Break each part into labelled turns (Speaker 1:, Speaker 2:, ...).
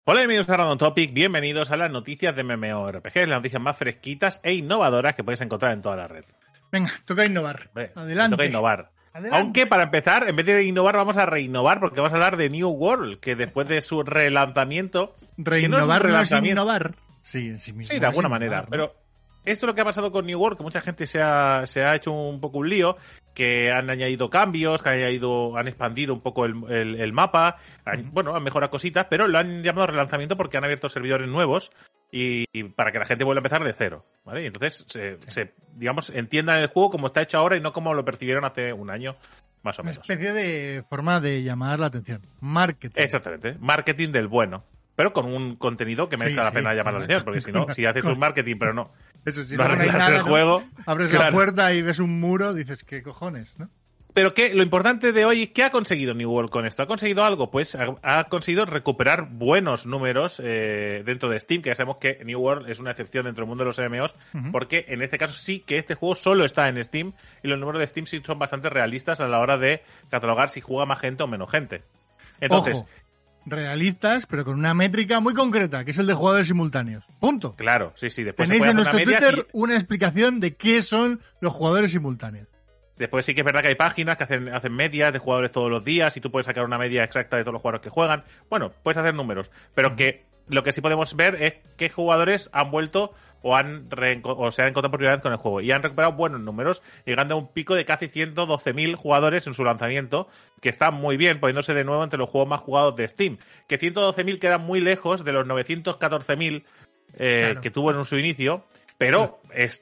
Speaker 1: Hola, bienvenidos a Random Topic, bienvenidos a las noticias de MMORPG, las noticias más fresquitas e innovadoras que podéis encontrar en toda la red.
Speaker 2: Venga, toca innovar. Adelante.
Speaker 1: Toca innovar.
Speaker 2: Adelante.
Speaker 1: Aunque para empezar, en vez de innovar, vamos a reinnovar porque vamos a hablar de New World, que después de su relanzamiento...
Speaker 2: Reinnovar no es innovar. Sí, en sí mismo.
Speaker 1: Sí, de alguna manera, ¿no? Pero esto es lo que ha pasado con New World, que mucha gente se ha hecho un poco un lío, que han añadido cambios, han expandido un poco el mapa, han mejorado cositas, pero lo han llamado relanzamiento porque han abierto servidores nuevos y para que la gente vuelva a empezar de cero, ¿vale? Y entonces digamos, entiendan el juego como está hecho ahora y no como lo percibieron hace un año, más o menos.
Speaker 2: Una especie de forma de llamar la atención. Marketing.
Speaker 1: Exactamente, marketing del bueno. Pero con un contenido que merezca la pena llamar la atención, porque si no, si haces un marketing pero no arreglas el juego...
Speaker 2: Abres la puerta y ves un muro, dices, ¿qué cojones? ¿No?
Speaker 1: Pero lo importante de hoy, ¿qué ha conseguido New World con esto? ¿Ha conseguido algo? Pues ha conseguido recuperar buenos números dentro de Steam, que ya sabemos que New World es una excepción dentro del mundo de los MMOs, porque en este caso sí que este juego solo está en Steam, y los números de Steam sí son bastante realistas a la hora de catalogar si juega más gente o menos gente. Entonces...
Speaker 2: Ojo. Realistas, pero con una métrica muy concreta, que es el de jugadores simultáneos. Punto.
Speaker 1: Claro, sí. Después
Speaker 2: tenéis en nuestro Twitter
Speaker 1: si...
Speaker 2: una explicación de qué son los jugadores simultáneos.
Speaker 1: Después sí que es verdad que hay páginas que hacen medias de jugadores todos los días y tú puedes sacar una media exacta de todos los jugadores que juegan. Bueno, puedes hacer números, pero que lo que sí podemos ver es qué jugadores han vuelto o se han encontrado por primera vez con el juego. Y han recuperado buenos números, llegando a un pico de casi 112.000 jugadores en su lanzamiento, que está muy bien, poniéndose de nuevo entre los juegos más jugados de Steam. Que 112.000 quedan muy lejos de los 914.000 que tuvo en su inicio, pero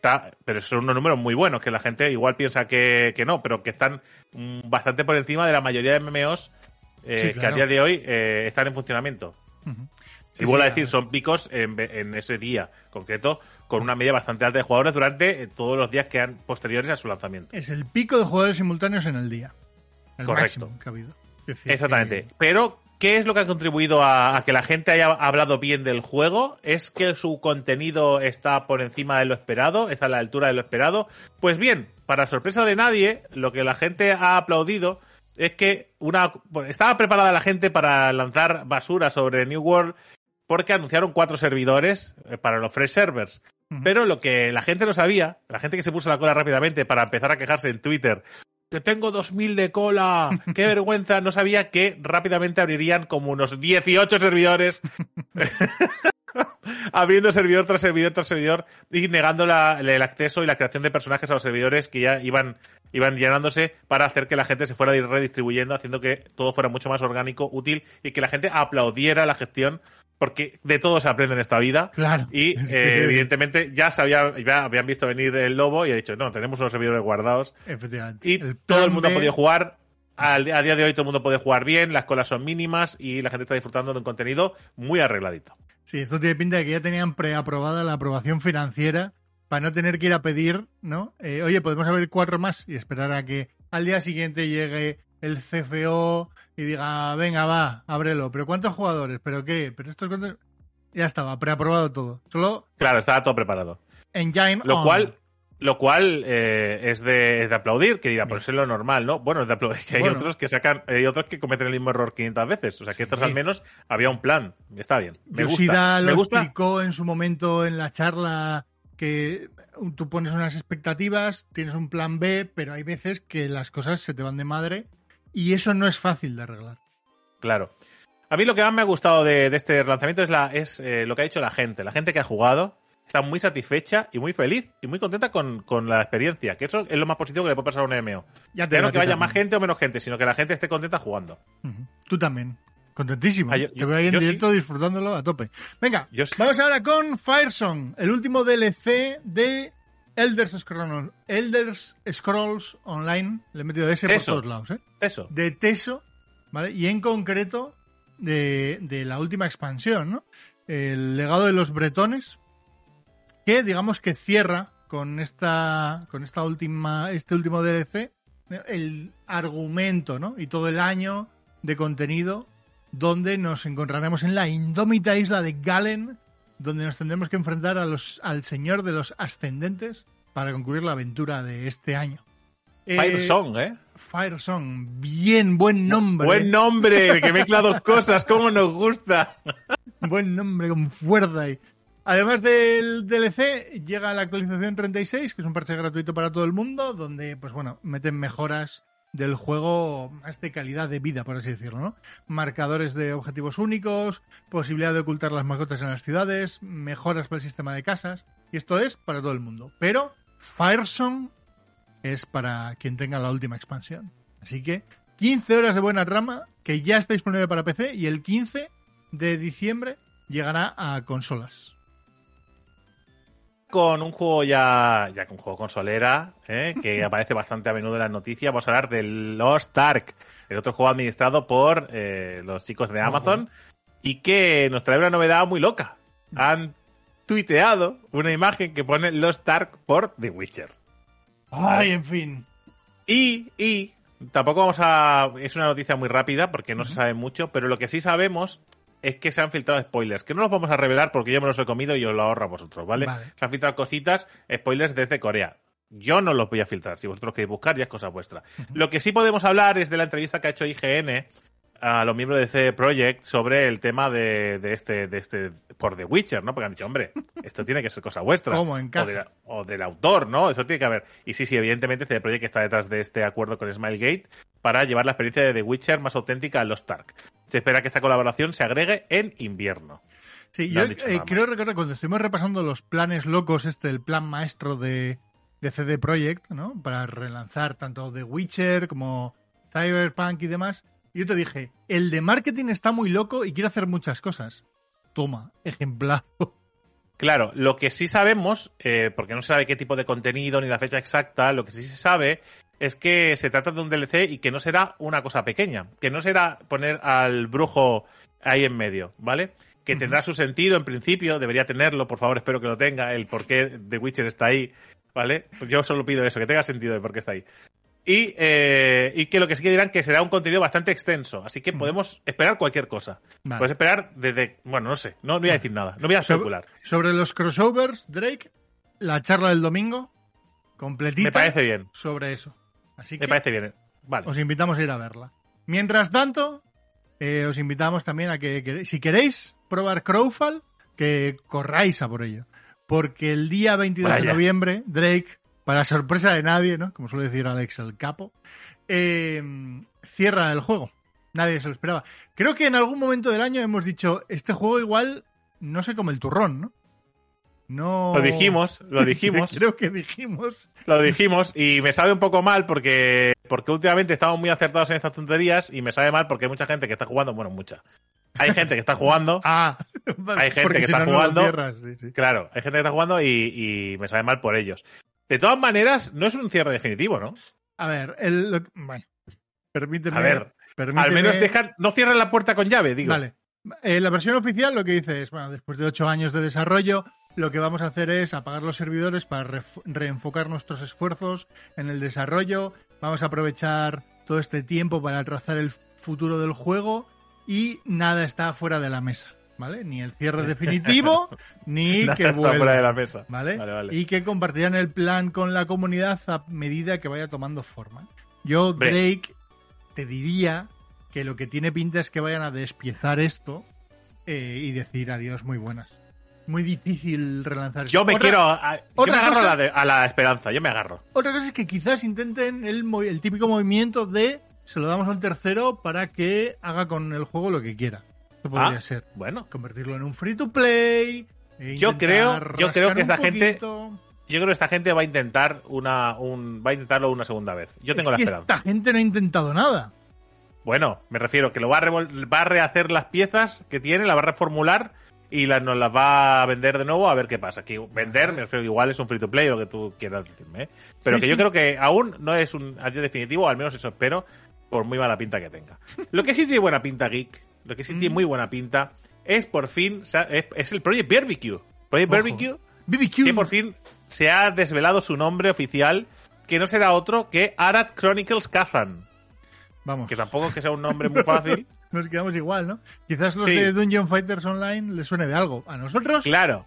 Speaker 1: son unos números muy buenos, que la gente igual piensa que no, pero que están bastante por encima de la mayoría de MMOs que a día de hoy están en funcionamiento. Y vuelvo a decir, son picos en ese día concreto, con una media bastante alta de jugadores durante todos los días que han posteriores a su lanzamiento.
Speaker 2: Es el pico de jugadores simultáneos en el día. El
Speaker 1: correcto.
Speaker 2: Máximo que ha habido.
Speaker 1: Exactamente. Pero, ¿qué es lo que ha contribuido a que la gente haya hablado bien del juego? ¿Es que su contenido está por encima de lo esperado? ¿Está a la altura de lo esperado? Pues bien, para sorpresa de nadie, lo que la gente ha aplaudido es que estaba preparada la gente para lanzar basura sobre New World porque anunciaron 4 servidores para los fresh servers. Pero lo que la gente no sabía, la gente que se puso la cola rápidamente para empezar a quejarse en Twitter, que tengo 2.000 de cola, qué vergüenza, no sabía que rápidamente abrirían como unos 18 servidores, abriendo servidor tras servidor tras servidor y negando el acceso y la creación de personajes a los servidores que ya iban llenándose para hacer que la gente se fuera redistribuyendo, haciendo que todo fuera mucho más orgánico, útil y que la gente aplaudiera la gestión, porque de todo se aprende en esta vida.
Speaker 2: Claro.
Speaker 1: Y evidentemente ya habían visto venir el lobo y ha dicho, no, tenemos unos servidores guardados.
Speaker 2: Efectivamente.
Speaker 1: Y todo el mundo ha podido jugar. A día de hoy todo el mundo puede jugar bien, las colas son mínimas y la gente está disfrutando de un contenido muy arregladito.
Speaker 2: Sí, esto tiene pinta de que ya tenían preaprobada la aprobación financiera para no tener que ir a pedir, ¿no? Oye, podemos abrir 4 más y esperar a que al día siguiente llegue el CFO y diga, venga, va, ábrelo. ¿Pero cuántos jugadores? ¿Pero qué? ¿Pero estos cuántos? Ya estaba, preaprobado todo.
Speaker 1: Claro, estaba todo preparado.
Speaker 2: Engine
Speaker 1: Lo cual es de aplaudir, que dirá, pues es lo normal, ¿no? Bueno, es de aplaudir, que hay otros que cometen el mismo error 500 veces. O sea, que estos al menos había un plan. Está bien. Me gusta.
Speaker 2: Lo explicó en su momento en la charla, que tú pones unas expectativas, tienes un plan B, pero hay veces que las cosas se te van de madre y eso no es fácil de arreglar.
Speaker 1: Claro. A mí lo que más me ha gustado de este lanzamiento es lo que ha dicho la gente que ha jugado. Está muy satisfecha y muy feliz y muy contenta con la experiencia, que eso es lo más positivo que le puede pasar a un MMO. Ya no que vaya más gente o menos gente, sino que la gente esté contenta jugando.
Speaker 2: Tú también. Contentísimo. Te veo ahí en directo disfrutándolo a tope. Venga, vamos ahora con Firesong, el último DLC de Elder Scrolls Online. Le he metido ese por todos lados, ¿eh? De Teso, ¿vale? Y en concreto de la última expansión, ¿no? El legado de los bretones, que digamos que cierra con este último DLC el argumento, ¿no? Y todo el año de contenido, donde nos encontraremos en la indómita isla de Galen, donde nos tendremos que enfrentar al señor de los ascendentes para concluir la aventura de este año.
Speaker 1: Fire Song, ¿eh?
Speaker 2: Fire Song, bien, buen nombre.
Speaker 1: Buen nombre, que mezcla dos cosas, cómo nos gusta.
Speaker 2: Buen nombre, con fuerza ahí. Además del DLC, llega la actualización 36, que es un parche gratuito para todo el mundo, donde, pues bueno, meten mejoras del juego más de calidad de vida, por así decirlo, ¿no? Marcadores de objetivos únicos, posibilidad de ocultar las mascotas en las ciudades, mejoras para el sistema de casas, y esto es para todo el mundo. Pero Fire Song es para quien tenga la última expansión. Así que 15 horas de buena trama, que ya está disponible para PC, y el 15 de diciembre llegará a consolas.
Speaker 1: Con un juego ya con un juego consolera, que aparece bastante a menudo en las noticias. Vamos a hablar de Lost Ark, el otro juego administrado por los chicos de Amazon, y que nos trae una novedad muy loca. Han tuiteado una imagen que pone Lost Ark por The Witcher.
Speaker 2: Ay, en fin.
Speaker 1: Y tampoco vamos a... Es una noticia muy rápida porque no se sabe mucho, pero lo que sí sabemos es que se han filtrado spoilers, que no los vamos a revelar porque yo me los he comido y os lo ahorro a vosotros, ¿vale? Se han filtrado cositas, spoilers desde Corea. Yo no los voy a filtrar, si vosotros queréis buscar ya es cosa vuestra. Lo que sí podemos hablar es de la entrevista que ha hecho IGN a los miembros de CD Projekt sobre el tema de este por The Witcher, ¿no? Porque han dicho, hombre, esto tiene que ser cosa vuestra.
Speaker 2: ¿Cómo encaja?
Speaker 1: O del autor, ¿no? Eso tiene que haber. Y sí, evidentemente CD Projekt está detrás de este acuerdo con Smilegate para llevar la experiencia de The Witcher más auténtica a Lost Ark. Se espera que esta colaboración se agregue en invierno.
Speaker 2: Sí, yo creo recordar cuando estuvimos repasando los planes locos, el plan maestro de CD Projekt, ¿no? Para relanzar tanto The Witcher como Cyberpunk y demás. Yo te dije, el de marketing está muy loco y quiere hacer muchas cosas. Toma, ejemplado.
Speaker 1: Claro, lo que sí sabemos, porque no se sabe qué tipo de contenido ni la fecha exacta, lo que sí se sabe es que se trata de un DLC y que no será una cosa pequeña, que no será poner al brujo ahí en medio, ¿vale? Que tendrá su sentido en principio, debería tenerlo, por favor, espero que lo tenga, el por qué The Witcher está ahí, ¿vale? Pues yo solo pido eso, que tenga sentido de por qué está ahí. Y que lo que sí que dirán que será un contenido bastante extenso, así que podemos esperar cualquier cosa. Vale. Puedes esperar desde... Bueno, no sé, no voy a decir nada, no voy a especular.
Speaker 2: Sobre los crossovers, Drake, la charla del domingo, completita.
Speaker 1: Me parece bien.
Speaker 2: Sobre eso. Así que
Speaker 1: me parece bien. Vale.
Speaker 2: Os invitamos a ir a verla. Mientras tanto, os invitamos también a que si queréis probar Crowfall, que corráis a por ello. Porque el día 22 de noviembre, Drake, para sorpresa de nadie, ¿no? Como suele decir Alex el Capo, cierra el juego. Nadie se lo esperaba. Creo que en algún momento del año hemos dicho, este juego igual no se come el turrón, ¿no? No.
Speaker 1: Lo dijimos.
Speaker 2: Creo que dijimos.
Speaker 1: Lo dijimos y me sabe un poco mal porque últimamente estamos muy acertados en estas tonterías y me sabe mal porque hay mucha gente que está jugando, bueno, mucha. Hay gente que está jugando. Hay gente que está jugando.
Speaker 2: Sí.
Speaker 1: Claro, hay gente que está jugando y me sabe mal por ellos. De todas maneras, no es un cierre definitivo, ¿no?
Speaker 2: A ver, bueno, permíteme.
Speaker 1: A ver, al menos no cierran la puerta con llave, digo.
Speaker 2: Vale. La versión oficial lo que dice es, bueno, después de 8 años de desarrollo, lo que vamos a hacer es apagar los servidores para reenfocar nuestros esfuerzos en el desarrollo. Vamos a aprovechar todo este tiempo para trazar el futuro del juego y nada está fuera de la mesa, ¿vale? Ni el cierre definitivo, ni
Speaker 1: nada
Speaker 2: que
Speaker 1: está
Speaker 2: vuelva,
Speaker 1: fuera de la mesa.
Speaker 2: ¿vale?
Speaker 1: Vale.
Speaker 2: Y que compartirán el plan con la comunidad a medida que vaya tomando forma. Yo, Drake, te diría que lo que tiene pinta es que vayan a despiezar esto y decir adiós muy buenas. Muy difícil relanzar esto.
Speaker 1: Yo me agarro a la esperanza, yo me agarro.
Speaker 2: Otra cosa es que quizás intenten el típico movimiento de se lo damos a un tercero para que haga con el juego lo que quiera. Esto podría ser.
Speaker 1: Bueno.
Speaker 2: Convertirlo en un free to play.
Speaker 1: Yo creo que esta gente va a intentar va a intentarlo una segunda vez. Yo tengo la esperanza.
Speaker 2: Esta gente no ha intentado nada.
Speaker 1: Bueno, me refiero que lo va a rehacer las piezas que tiene, la va a reformular y nos las va a vender de nuevo a ver qué pasa. Que vender, me refiero que igual es un free to play o lo que tú quieras decirme, ¿eh? Pero yo creo que aún no es un adiós definitivo, al menos eso espero, por muy mala pinta que tenga. Lo que sí tiene buena pinta, Geek, lo que sí tiene muy buena pinta es por fin, es el Project Barbecue. BBQ, que por fin se ha desvelado su nombre oficial, que no será otro que Arad Chronicles Kazan.
Speaker 2: Vamos.
Speaker 1: Que tampoco es que sea un nombre muy fácil.
Speaker 2: Nos quedamos igual, ¿no? Quizás los de Dungeon Fighters Online les suene de algo. ¿A nosotros?
Speaker 1: Claro,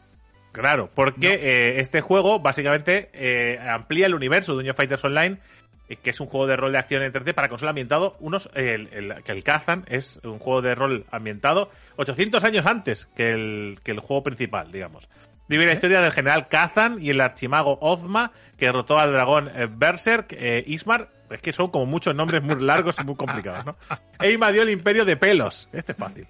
Speaker 1: porque este juego básicamente amplía el universo de Dungeon Fighters Online que es un juego de rol de acción en 3D para consola ambientado, que el Kazan es un juego de rol ambientado 800 años antes que el juego principal, digamos. Vive la historia del general Kazan y el archimago Ozma, que derrotó al dragón Berserk, Ismar. Es que son como muchos nombres muy largos y muy complicados, ¿no? E invadió el imperio de Pelos. Este es fácil.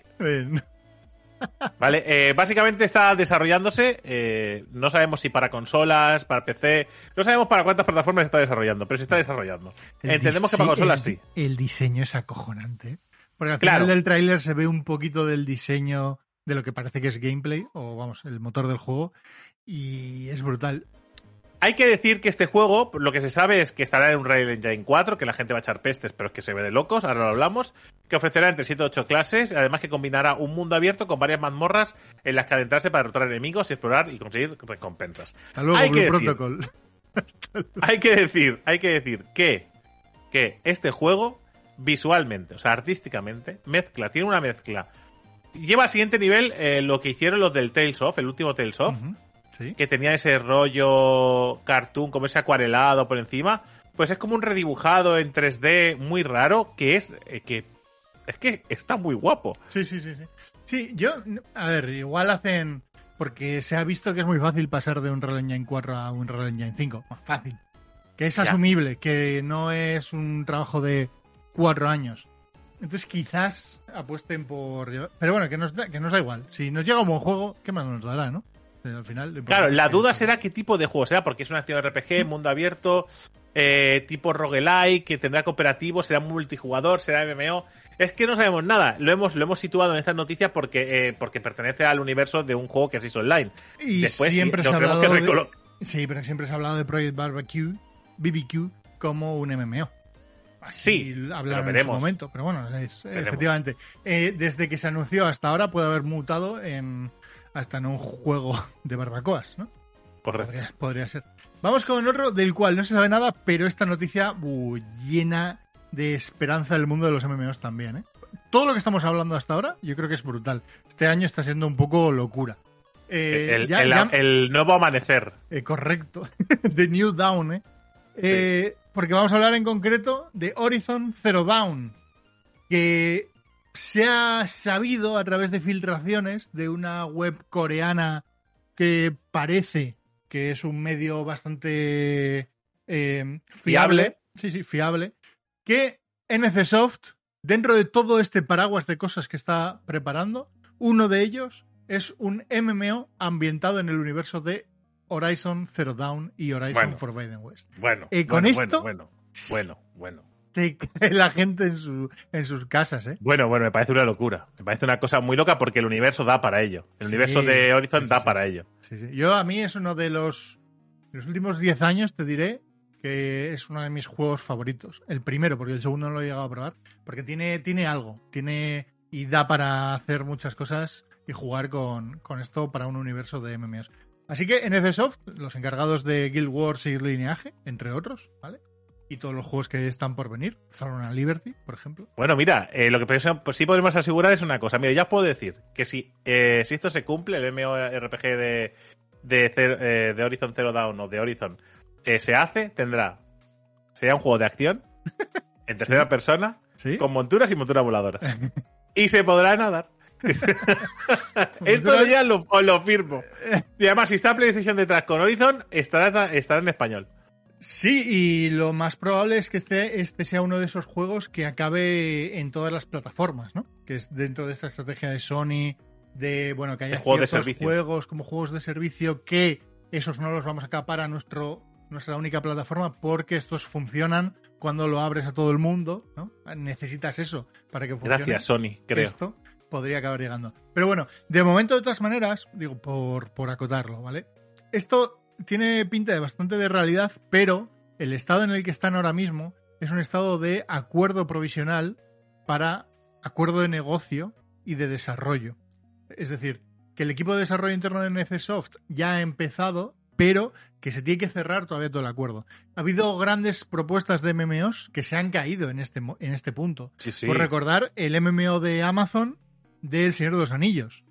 Speaker 1: Vale, básicamente está desarrollándose. No sabemos si para consolas, para PC. No sabemos para cuántas plataformas está desarrollando, pero se está desarrollando. Entendemos que para consolas sí.
Speaker 2: El diseño es acojonante. Porque al final del tráiler se ve un poquito del diseño de lo que parece que es gameplay, o vamos, el motor del juego, y es brutal.
Speaker 1: Hay que decir que este juego, lo que se sabe es que estará en un Unreal Engine 4, que la gente va a echar pestes, pero es que se ve de locos, ahora lo hablamos, que ofrecerá entre 7 y 8 clases, además que combinará un mundo abierto con varias mazmorras en las que adentrarse para derrotar enemigos, explorar y conseguir recompensas.
Speaker 2: Hasta luego, Blue Protocol.
Speaker 1: Hay que decir que este juego, visualmente, o sea, artísticamente, tiene una mezcla. Lleva al siguiente nivel lo que hicieron los del Tales of, el último Tales of, ¿sí? Que tenía ese rollo cartoon, como ese acuarelado por encima. Pues es como un redibujado en 3D muy raro, que es que está muy guapo.
Speaker 2: Sí. Sí, a ver, igual hacen... Porque se ha visto que es muy fácil pasar de un Unreal Engine 4 a un Unreal Engine 5. Fácil. Que es asumible, que no es un trabajo de 4 años. Entonces quizás apuesten por... Pero bueno, que nos da igual. Si nos llega un buen juego, ¿qué más nos dará, no? Al final...
Speaker 1: Claro, la duda será qué tipo de juego será, porque es una acción RPG, mundo abierto, tipo roguelike, que tendrá cooperativo, será multijugador, será MMO... Es que no sabemos nada. Lo hemos situado en estas noticias porque pertenece al universo de un juego que es online.
Speaker 2: Y
Speaker 1: después
Speaker 2: siempre se ha hablado Sí, pero siempre se ha hablado de Project BBQ como un MMO. Así hablaron en su momento, pero bueno, efectivamente, desde que se anunció hasta ahora puede haber mutado hasta en un juego de barbacoas, ¿no?
Speaker 1: Correcto.
Speaker 2: Podría ser. Vamos con otro del cual no se sabe nada, pero esta noticia llena de esperanza del mundo de los MMOs también, ¿eh? Todo lo que estamos hablando hasta ahora, yo creo que es brutal. Este año está siendo un poco locura.
Speaker 1: El nuevo amanecer.
Speaker 2: Correcto. The New Dawn, ¿eh? Sí. Porque vamos a hablar en concreto de Horizon Zero Dawn, que se ha sabido a través de filtraciones de una web coreana que parece que es un medio bastante fiable. Sí, fiable. Que NCSoft, dentro de todo este paraguas de cosas que está preparando, uno de ellos es un MMO ambientado en el universo de Horizon Zero Dawn y Horizon Forbidden West. Con esto se cae la gente en sus casas, ¿eh?
Speaker 1: Bueno, me parece una locura. Me parece una cosa muy loca porque el universo da para ello. El universo de Horizon da para ello.
Speaker 2: Sí. A mí es uno de los últimos 10 años, te diré, que es uno de mis juegos favoritos. El primero, porque el segundo no lo he llegado a probar, porque tiene algo. Y da para hacer muchas cosas y jugar con esto para un universo de MMOs. Así que NCSoft, los encargados de Guild Wars y Lineage, entre otros, ¿vale? Y todos los juegos que están por venir, Throne and Liberty, por ejemplo.
Speaker 1: Bueno, mira, lo que sí podemos asegurar es una cosa. Mira, ya os puedo decir que si esto se cumple, el MMORPG de Horizon Zero Dawn o de Horizon sería un juego de acción en tercera persona, con monturas y monturas voladoras. Y se podrá nadar. Esto ya os lo firmo. Y además, si está PlayStation detrás con Horizon, estará en español.
Speaker 2: Sí, y lo más probable es que este sea uno de esos juegos que acabe en todas las plataformas, ¿no? Que es dentro de esta estrategia de Sony, que haya ciertos juegos como juegos de servicio que esos no los vamos a capar a nuestra única plataforma porque estos funcionan cuando lo abres a todo el mundo, ¿no? Necesitas eso para que funcione.
Speaker 1: Gracias, Sony, creo.
Speaker 2: Esto podría acabar llegando. Pero bueno, de momento, de todas maneras, digo, por acotarlo, ¿vale? Esto tiene pinta de bastante de realidad, pero el estado en el que están ahora mismo es un estado de acuerdo provisional para acuerdo de negocio y de desarrollo. Es decir, que el equipo de desarrollo interno de NCSoft ya ha empezado, pero que se tiene que cerrar todavía todo el acuerdo. Ha habido grandes propuestas de MMOs que se han caído en este punto.
Speaker 1: Sí.
Speaker 2: Por recordar el MMO de Amazon del Señor de los Anillos.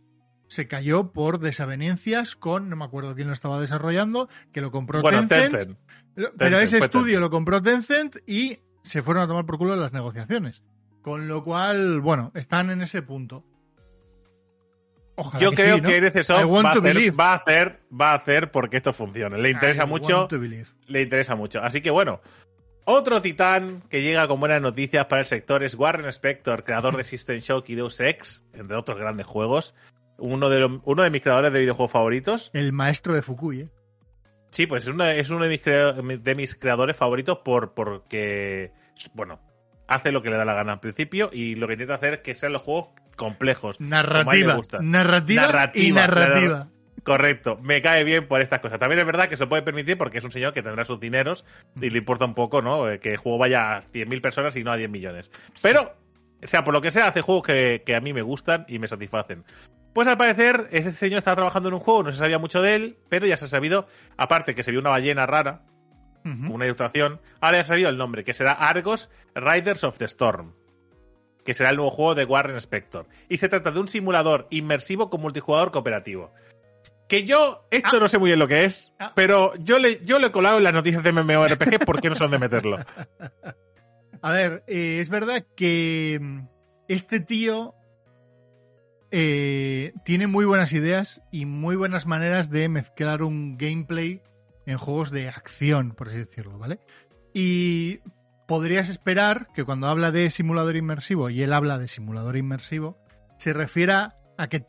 Speaker 2: se cayó por desavenencias con, no me acuerdo quién lo estaba desarrollando, que lo compró
Speaker 1: Bueno,
Speaker 2: Tencent. Pero
Speaker 1: Tencent,
Speaker 2: ese
Speaker 1: fue
Speaker 2: estudio
Speaker 1: Tencent.
Speaker 2: lo compró Tencent y se fueron a tomar por culo las negociaciones. Con lo cual, bueno, están en ese punto. Ojalá
Speaker 1: Yo creo
Speaker 2: sí, ¿no?
Speaker 1: que
Speaker 2: I
Speaker 1: NCSoft
Speaker 2: want to believe.
Speaker 1: va a hacer porque esto funcione. Le interesa
Speaker 2: I
Speaker 1: mucho.
Speaker 2: want to believe.
Speaker 1: Le interesa mucho. Así que bueno, otro titán que llega con buenas noticias para el sector es Warren Spector, creador de System Shock y Deus Ex, entre otros grandes juegos. Uno de mis creadores de videojuegos favoritos.
Speaker 2: El maestro de Fukui, ¿eh?
Speaker 1: Sí, pues es uno de mis creadores favoritos porque, bueno, hace lo que le da la gana al principio y lo que intenta hacer es que sean los juegos complejos. como a él le
Speaker 2: Narrativa.
Speaker 1: gusta.
Speaker 2: Narrativa y narrativa.
Speaker 1: Correcto, me cae bien por estas cosas. También es verdad que se puede permitir porque es un señor que tendrá sus dineros y le importa un poco, ¿no? Que el juego vaya a 100.000 personas y no a 10 millones. Pero, o sea, por lo que sea, hace juegos que a mí me gustan y me satisfacen. Pues al parecer, ese señor estaba trabajando en un juego, no se sabía mucho de él, pero ya se ha sabido, aparte que se vio una ballena rara, con una ilustración, ahora ya se ha sabido el nombre, que será Argos Riders of the Storm, que será el nuevo juego de Warren Spector. Y se trata de un simulador inmersivo con multijugador cooperativo. Que yo, esto no sé muy bien lo que es, pero yo le he colado en las noticias de MMORPG, ¿por qué no son de meterlo?
Speaker 2: A ver, es verdad que este tío tiene muy buenas ideas y muy buenas maneras de mezclar un gameplay en juegos de acción, por así decirlo, ¿vale? Y podrías esperar que cuando habla de simulador inmersivo, y él habla de simulador inmersivo, se refiera a que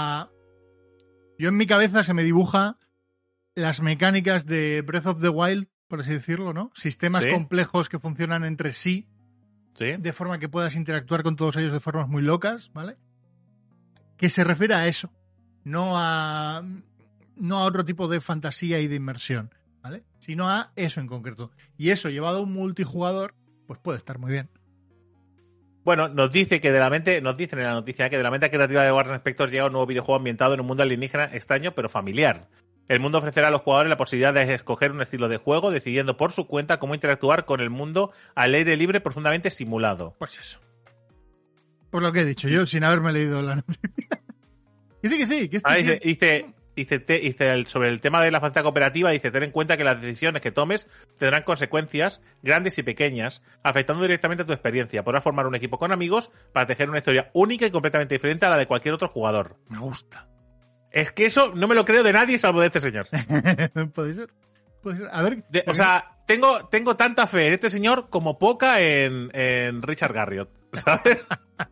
Speaker 2: yo en mi cabeza se me dibuja las mecánicas de Breath of the Wild, por así decirlo, ¿no? Sistemas
Speaker 1: ¿Sí?
Speaker 2: complejos que funcionan entre sí,
Speaker 1: ¿Sí?
Speaker 2: de forma que puedas interactuar con todos ellos de formas muy locas, ¿vale? Que se refiere a eso, no a otro tipo de fantasía y de inmersión, ¿vale? Sino a eso en concreto. Y eso llevado a un multijugador, pues puede estar muy bien.
Speaker 1: Bueno, nos dicen en la noticia que de la mente creativa de Warren Spector llega un nuevo videojuego ambientado en un mundo alienígena extraño pero familiar. El mundo ofrecerá a los jugadores la posibilidad de escoger un estilo de juego, decidiendo por su cuenta cómo interactuar con el mundo al aire libre profundamente simulado.
Speaker 2: Pues eso. Por lo que he dicho yo, sin haberme leído la noticia. Que sí. Que
Speaker 1: Dice sobre el tema de la fantasía cooperativa, dice, ten en cuenta que las decisiones que tomes tendrán consecuencias grandes y pequeñas, afectando directamente a tu experiencia. Podrás formar un equipo con amigos para tejer una historia única y completamente diferente a la de cualquier otro jugador.
Speaker 2: Me gusta.
Speaker 1: Es que eso no me lo creo de nadie salvo de este señor.
Speaker 2: Puede ser. A ver.
Speaker 1: O sea, tengo tanta fe en este señor como poca en Richard Garriott, ¿sabes?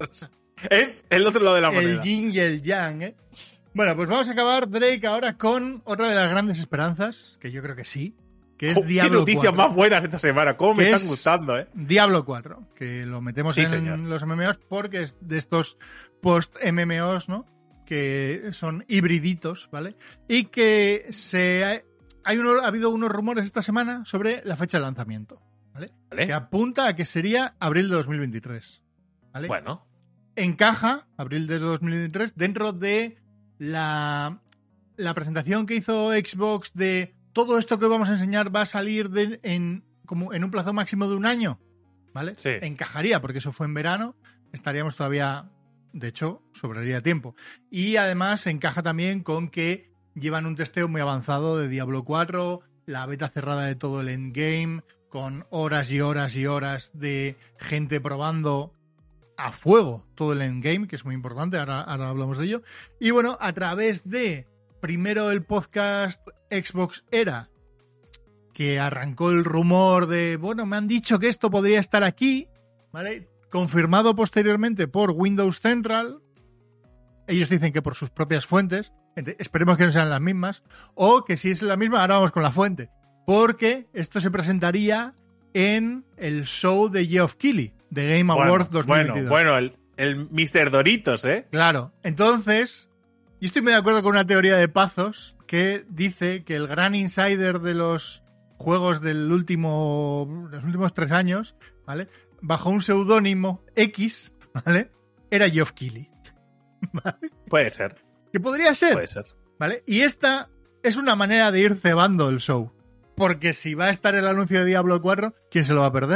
Speaker 1: Es el otro lado de la moneda.
Speaker 2: El yin y el yang, ¿eh? Bueno, pues vamos a acabar, Drake, ahora con otra de las grandes esperanzas, que yo creo que sí, que es Diablo 4.
Speaker 1: Qué noticias más buenas esta semana, cómo me
Speaker 2: Que
Speaker 1: están
Speaker 2: es
Speaker 1: gustando, ¿eh?
Speaker 2: Diablo 4, que lo metemos en
Speaker 1: señor.
Speaker 2: los MMOs porque es de estos post-MMOs, ¿no? Que son hibriditos, ¿vale? Y que ha habido unos rumores esta semana sobre la fecha de lanzamiento, ¿vale?
Speaker 1: ¿Vale?
Speaker 2: Que apunta a que sería abril de 2023, ¿vale?
Speaker 1: Bueno,
Speaker 2: Encaja, abril de 2023, dentro de la presentación que hizo Xbox de todo esto que vamos a enseñar va a salir como en un plazo máximo de un año, ¿vale?
Speaker 1: Sí.
Speaker 2: Encajaría, porque eso fue en verano, estaríamos todavía, de hecho, sobraría tiempo. Y además encaja también con que llevan un testeo muy avanzado de Diablo 4, la beta cerrada de todo el endgame, con horas y horas y horas de gente probando a fuego todo el endgame, que es muy importante, ahora hablamos de ello. Y bueno, a través de primero el podcast Xbox Era, que arrancó el rumor de, bueno, me han dicho que esto podría estar aquí, ¿vale? Confirmado posteriormente por Windows Central. Ellos dicen que por sus propias fuentes, esperemos que no sean las mismas, o que si es la misma, ahora vamos con la fuente, porque esto se presentaría en el show de Geoff Keighley, de Game Awards 2022.
Speaker 1: Bueno, el Mr. Doritos, ¿eh?
Speaker 2: Claro, entonces, yo estoy muy de acuerdo con una teoría de Pazos que dice que el gran insider de los juegos de los últimos 3 años, ¿vale? Bajo un seudónimo X, ¿vale? Era Geoff Keighley. ¿Vale?
Speaker 1: Puede ser.
Speaker 2: ¿Qué podría ser?
Speaker 1: Puede ser.
Speaker 2: ¿Vale? Y esta es una manera de ir cebando el show. Porque si va a estar el anuncio de Diablo 4, ¿quién se lo va a perder?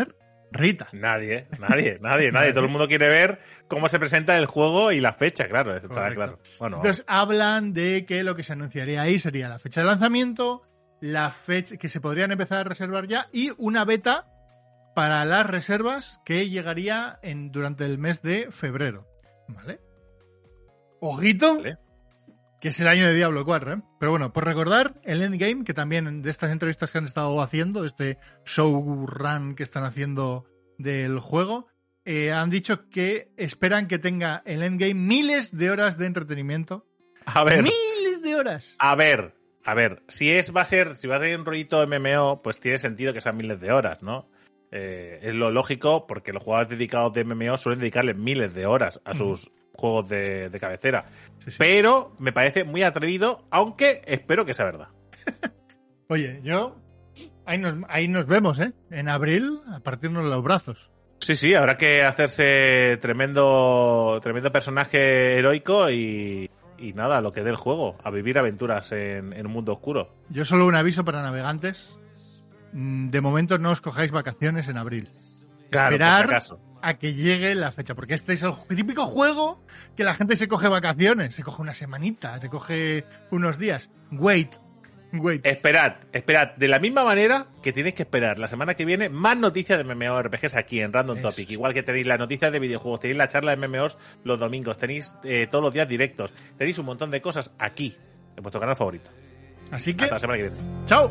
Speaker 2: Rita.
Speaker 1: Nadie. Todo el mundo quiere ver cómo se presenta el juego y la fecha, claro, eso está claro. Bueno,
Speaker 2: entonces hablan de que lo que se anunciaría ahí sería la fecha de lanzamiento, la fecha que se podrían empezar a reservar ya y una beta para las reservas que llegaría durante el mes de febrero. ¿Vale? Ojito,
Speaker 1: ¿vale?
Speaker 2: Que es el año de Diablo 4, ¿eh? Pero bueno, por recordar, el Endgame, que también de estas entrevistas que han estado haciendo, de este showrun que están haciendo del juego, han dicho que esperan que tenga el Endgame miles de horas de entretenimiento.
Speaker 1: A ver.
Speaker 2: ¡Miles de horas!
Speaker 1: A ver, si va a ser un rollito MMO, pues tiene sentido que sean miles de horas, ¿no? Es lo lógico, porque los jugadores dedicados de MMO suelen dedicarle miles de horas a sus juegos de cabecera.
Speaker 2: Sí.
Speaker 1: Pero me parece muy atrevido, aunque espero que sea verdad.
Speaker 2: Oye, ahí nos vemos, ¿eh? En abril, a partirnos los brazos.
Speaker 1: Sí, habrá que hacerse tremendo personaje heroico y nada, lo que dé el juego, a vivir aventuras en un mundo oscuro.
Speaker 2: Yo solo un aviso para navegantes. De momento no os cojáis vacaciones en abril.
Speaker 1: Claro,
Speaker 2: Esperar
Speaker 1: por si acaso.
Speaker 2: a que llegue la fecha, porque este es el típico juego que la gente se coge vacaciones, se coge una semanita, se coge unos días. Wait.
Speaker 1: Esperad. De la misma manera que tenéis que esperar la semana que viene más noticias de MMORPGs aquí en Random
Speaker 2: Eso.
Speaker 1: Topic. Igual que tenéis las noticias de videojuegos, tenéis la charla de MMOs los domingos, tenéis todos los días directos, tenéis un montón de cosas aquí, en vuestro canal favorito.
Speaker 2: Así que,
Speaker 1: Hasta la semana que viene.
Speaker 2: ¡chao!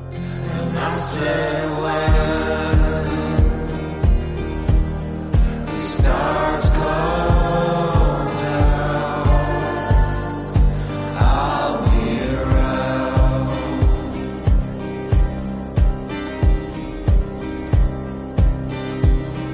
Speaker 3: Stars call.